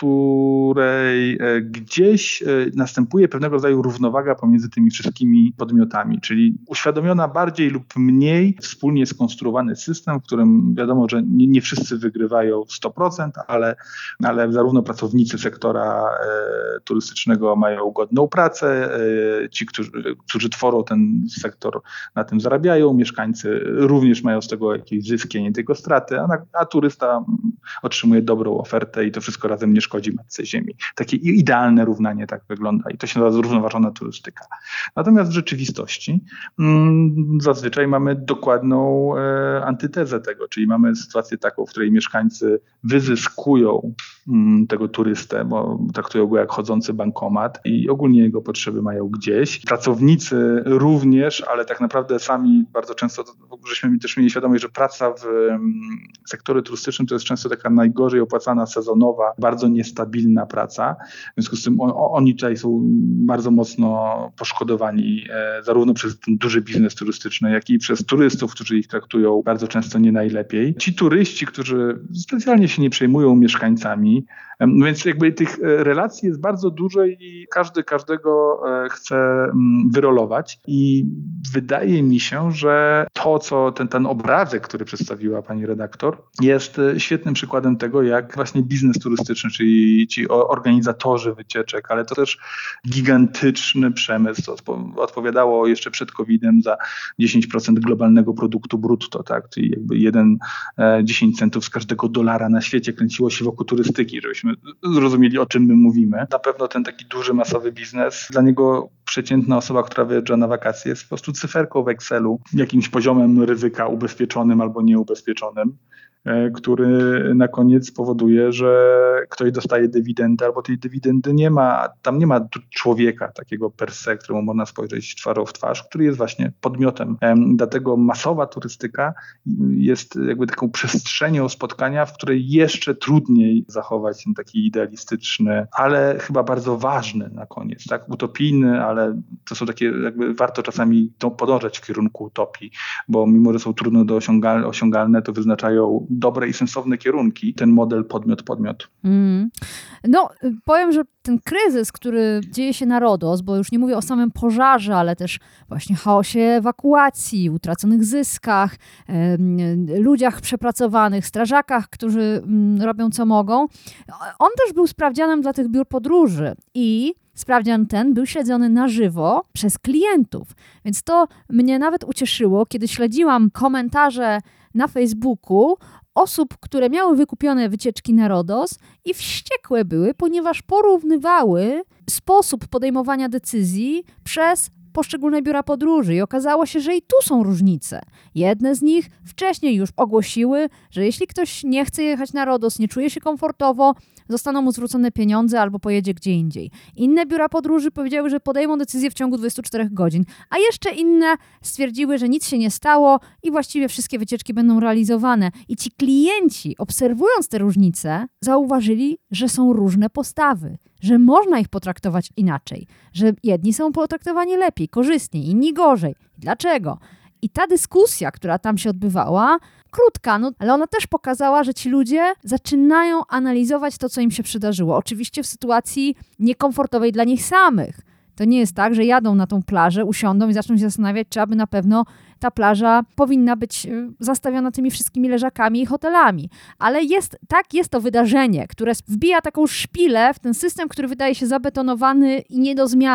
której gdzieś następuje pewnego rodzaju równowaga pomiędzy tymi wszystkimi podmiotami, czyli uświadomiona bardziej lub mniej wspólnie skonstruowany system, w którym wiadomo, że nie, nie wszyscy wygrywają sto procent, ale, ale zarówno pracownicy sektora e, turystycznego mają godną pracę, e, ci, którzy, którzy tworzą ten sektor, na tym zarabiają, mieszkańcy również mają z tego jakieś zyski, a nie tylko straty, a, na, a turysta otrzymuje dobrą ofertę i to wszystko razem nie szkodzi Matce Ziemi. Takie idealne równanie tak wygląda i to się nazywa zrównoważona turystyka. Natomiast w rzeczywistości mm, zazwyczaj mamy dokładną e, antytezę tego, czyli mamy sytuację taką, w której mieszkańcy wyzyskują mm, tego turystę, bo traktują go jak chodzący bankomat i ogólnie jego potrzeby mają gdzieś. Pracownicy również, ale tak naprawdę sami bardzo często, żeśmy też mieli świadomość, że praca w sektorze turystycznym to jest często taka najgorzej opłacana, sezonowa, bardzo niestabilna praca. W związku z tym on, oni tutaj są bardzo mocno poszkodowani e, zarówno przez ten duży biznes turystyczny, jak i przez turystów, którzy ich traktują bardzo często nie najlepiej. Ci turyści, którzy specjalnie się nie przejmują mieszkańcami, e, więc jakby tych relacji jest bardzo dużo i każdy każdego e, chce m, wyrolować i wydaje mi się, że to, co ten, ten obrazek, który przedstawiła pani redaktor, jest świetnym przykładem tego, jak właśnie biznes turystyczny, czyli ci organizatorzy wycieczek, ale to też gigantyczny przemysł, to odpowiadało jeszcze przed kowidem za dziesięć procent globalnego produktu brutto, tak? Czyli jakby jeden, dziesięć centów z każdego dolara na świecie kręciło się wokół turystyki, żebyśmy zrozumieli, o czym my mówimy. Na pewno ten taki duży, masowy biznes, dla niego przeciętna osoba, która wyjeżdża na wakacje, jest po prostu cyferką w Excelu, jakimś poziomem ryzyka ubezpieczonym albo nieubezpieczonym, który na koniec powoduje, że ktoś dostaje dywidendę albo tej dywidendy nie ma. Tam nie ma człowieka takiego per se, któremu można spojrzeć twarzą w twarz, który jest właśnie podmiotem. Dlatego masowa turystyka jest jakby taką przestrzenią spotkania, w której jeszcze trudniej zachować ten taki idealistyczny, ale chyba bardzo ważny na koniec, tak? Utopijny, ale to są takie, jakby warto czasami to podążać w kierunku utopii, bo mimo, że są trudno do osiągalne, osiągalne to wyznaczają dobre i sensowne kierunki, ten model podmiot-podmiot. Mm. No, powiem, że ten kryzys, który dzieje się na RODOS, bo już nie mówię o samym pożarze, ale też właśnie chaosie ewakuacji, utraconych zyskach, e, ludziach przepracowanych, strażakach, którzy m, robią co mogą, on też był sprawdzianem dla tych biur podróży i sprawdzian ten był śledzony na żywo przez klientów. Więc to mnie nawet ucieszyło, kiedy śledziłam komentarze na Facebooku osób, które miały wykupione wycieczki na RODOS i wściekłe były, ponieważ porównywały sposób podejmowania decyzji przez poszczególne biura podróży i okazało się, że i tu są różnice. Jedne z nich wcześniej już ogłosiły, że jeśli ktoś nie chce jechać na RODOS, nie czuje się komfortowo, zostaną mu zwrócone pieniądze albo pojedzie gdzie indziej. Inne biura podróży powiedziały, że podejmą decyzję w ciągu dwudziestu czterech godzin, a jeszcze inne stwierdziły, że nic się nie stało i właściwie wszystkie wycieczki będą realizowane. I ci klienci, obserwując te różnice, zauważyli, że są różne postawy, że można ich potraktować inaczej, że jedni są potraktowani lepiej, korzystniej, inni gorzej. Dlaczego? I ta dyskusja, która tam się odbywała, krótka, no, ale ona też pokazała, że ci ludzie zaczynają analizować to, co im się przydarzyło. Oczywiście w sytuacji niekomfortowej dla nich samych. To nie jest tak, że jadą na tą plażę, usiądą i zaczną się zastanawiać, czy aby na pewno ta plaża powinna być zastawiona tymi wszystkimi leżakami i hotelami. Ale jest, tak, jest to wydarzenie, które wbija taką szpilę w ten system, który wydaje się zabetonowany i nie do zmiany.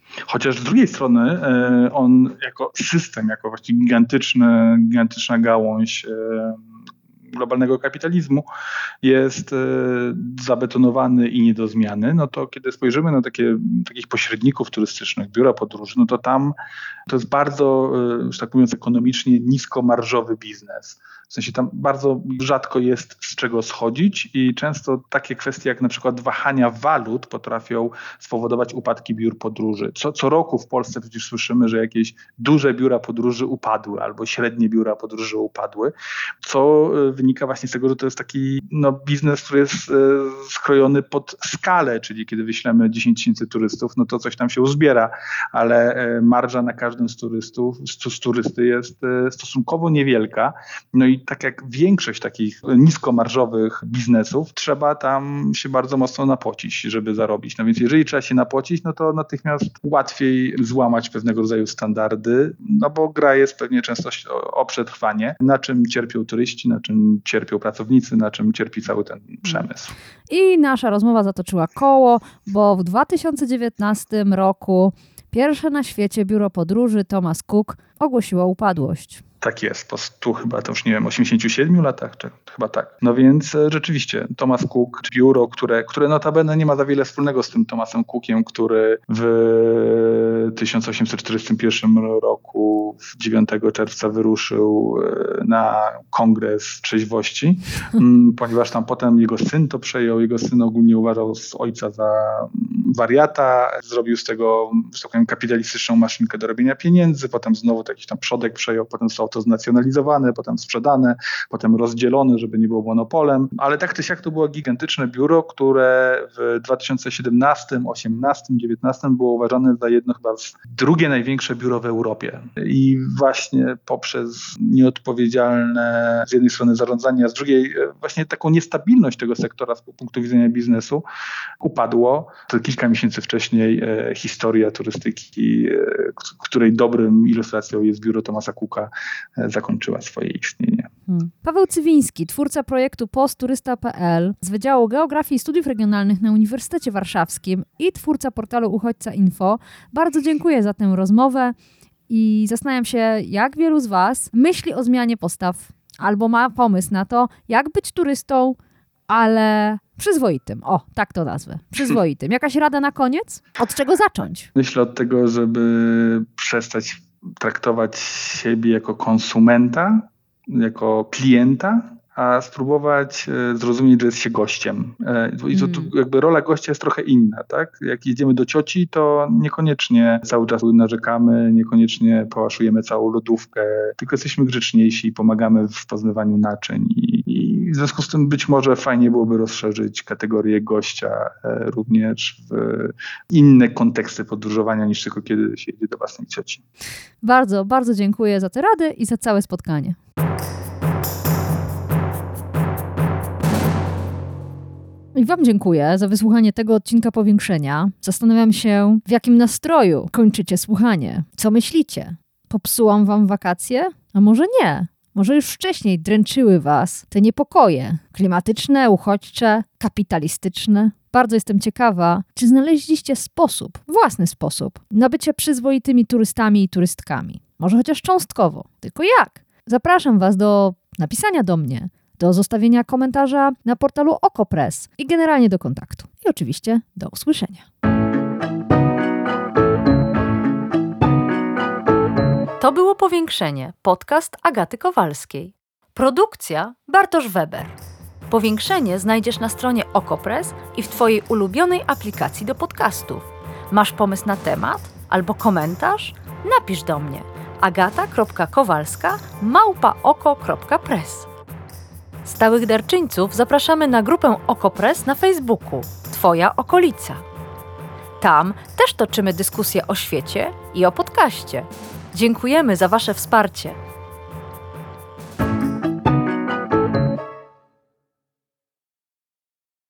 Chociaż z drugiej strony on jako system, jako właściwie gigantyczny, gigantyczna gałąź globalnego kapitalizmu jest zabetonowany i nie do zmiany, no to kiedy spojrzymy na takie, takich pośredników turystycznych, biura podróży, no to tam to jest bardzo, że tak mówiąc, ekonomicznie niskomarżowy biznes. W sensie tam bardzo rzadko jest z czego schodzić i często takie kwestie jak na przykład wahania walut potrafią spowodować upadki biur podróży. Co, co roku w Polsce przecież słyszymy, że jakieś duże biura podróży upadły albo średnie biura podróży upadły, co wynika właśnie z tego, że to jest taki no, biznes, który jest e, skrojony pod skalę, czyli kiedy wyślemy dziesięć tysięcy turystów, no to coś tam się uzbiera, ale e, marża na każdym z turystów, z, z turysty jest e, stosunkowo niewielka. No i tak jak większość takich niskomarżowych biznesów, trzeba tam się bardzo mocno napocić, żeby zarobić. No więc jeżeli trzeba się napocić, no to natychmiast łatwiej złamać pewnego rodzaju standardy, no bo gra jest pewnie często o przetrwanie, na czym cierpią turyści, na czym cierpią pracownicy, na czym cierpi cały ten przemysł. I nasza rozmowa zatoczyła koło, bo w dwa tysiące dziewiętnastym roku pierwsze na świecie biuro podróży Thomas Cook ogłosiło upadłość. Tak jest, po stu chyba to już nie wiem, osiemdziesięciu siedmiu latach, czy chyba tak. No więc e, rzeczywiście Thomas Cook, biuro, które, które notabene nie ma za wiele wspólnego z tym Thomasem Cookiem, który w tysiąc osiemset czterdziestym pierwszym roku dziewiątego czerwca wyruszył na kongres trzeźwości, ponieważ tam potem jego syn to przejął, jego syn ogólnie uważał z ojca za wariata, zrobił z tego, że tak powiem, kapitalistyczną maszynkę do robienia pieniędzy, potem znowu to jakiś tam przodek przejął, potem zostało to znacjonalizowane, potem sprzedane, potem rozdzielone, żeby nie było monopolem, ale tak czy siak to było gigantyczne biuro, które w dwa tysiące siedemnastym, osiemnastym, dziewiętnastym było uważane za jedno chyba z drugie największe biuro w Europie. I właśnie poprzez nieodpowiedzialne z jednej strony zarządzanie, a z drugiej właśnie taką niestabilność tego sektora z punktu widzenia biznesu upadło. To kilka miesięcy wcześniej e, historia turystyki, e, której dobrym ilustracją jest biuro Thomasa Cooka, e, zakończyła swoje istnienie. Hmm. Paweł Cywiński, twórca projektu postturysta kropka pe el z Wydziału Geografii i Studiów Regionalnych na Uniwersytecie Warszawskim i twórca portalu Uchodźca Info. Bardzo dziękuję za tę rozmowę i zastanawiam się, jak wielu z Was myśli o zmianie postaw albo ma pomysł na to, jak być turystą, ale przyzwoitym. O, tak to nazwę. Przyzwoitym. Jakaś rada na koniec? Od czego zacząć? Myślę od tego, żeby przestać traktować siebie jako konsumenta, jako klienta, a spróbować zrozumieć, że jest się gościem. I to, to jakby rola gościa jest trochę inna, tak? Jak jedziemy do cioci, to niekoniecznie cały czas narzekamy, niekoniecznie pałaszujemy całą lodówkę, tylko jesteśmy grzeczniejsi, pomagamy w poznawaniu naczyń i, i w związku z tym być może fajnie byłoby rozszerzyć kategorię gościa również w inne konteksty podróżowania niż tylko kiedy się jedzie do własnej cioci. Bardzo, bardzo dziękuję za te rady i za całe spotkanie. I Wam dziękuję za wysłuchanie tego odcinka Powiększenia. Zastanawiam się, w jakim nastroju kończycie słuchanie. Co myślicie? Popsułam Wam wakacje? A może nie? Może już wcześniej dręczyły Was te niepokoje klimatyczne, uchodźcze, kapitalistyczne? Bardzo jestem ciekawa, czy znaleźliście sposób, własny sposób, na bycie przyzwoitymi turystami i turystkami. Może chociaż cząstkowo. Tylko jak? Zapraszam Was do napisania do mnie, do zostawienia komentarza na portalu OkoPress i generalnie do kontaktu. I oczywiście do usłyszenia. To było Powiększenie, podcast Agaty Kowalskiej. Produkcja Bartosz Weber. Powiększenie znajdziesz na stronie OkoPress i w Twojej ulubionej aplikacji do podcastów. Masz pomysł na temat albo komentarz? Napisz do mnie agata kropka kowalska małpa oko kropka press. Stałych darczyńców zapraszamy na grupę OkoPress na Facebooku Twoja okolica. Tam też toczymy dyskusje o świecie i o podcaście. Dziękujemy za Wasze wsparcie.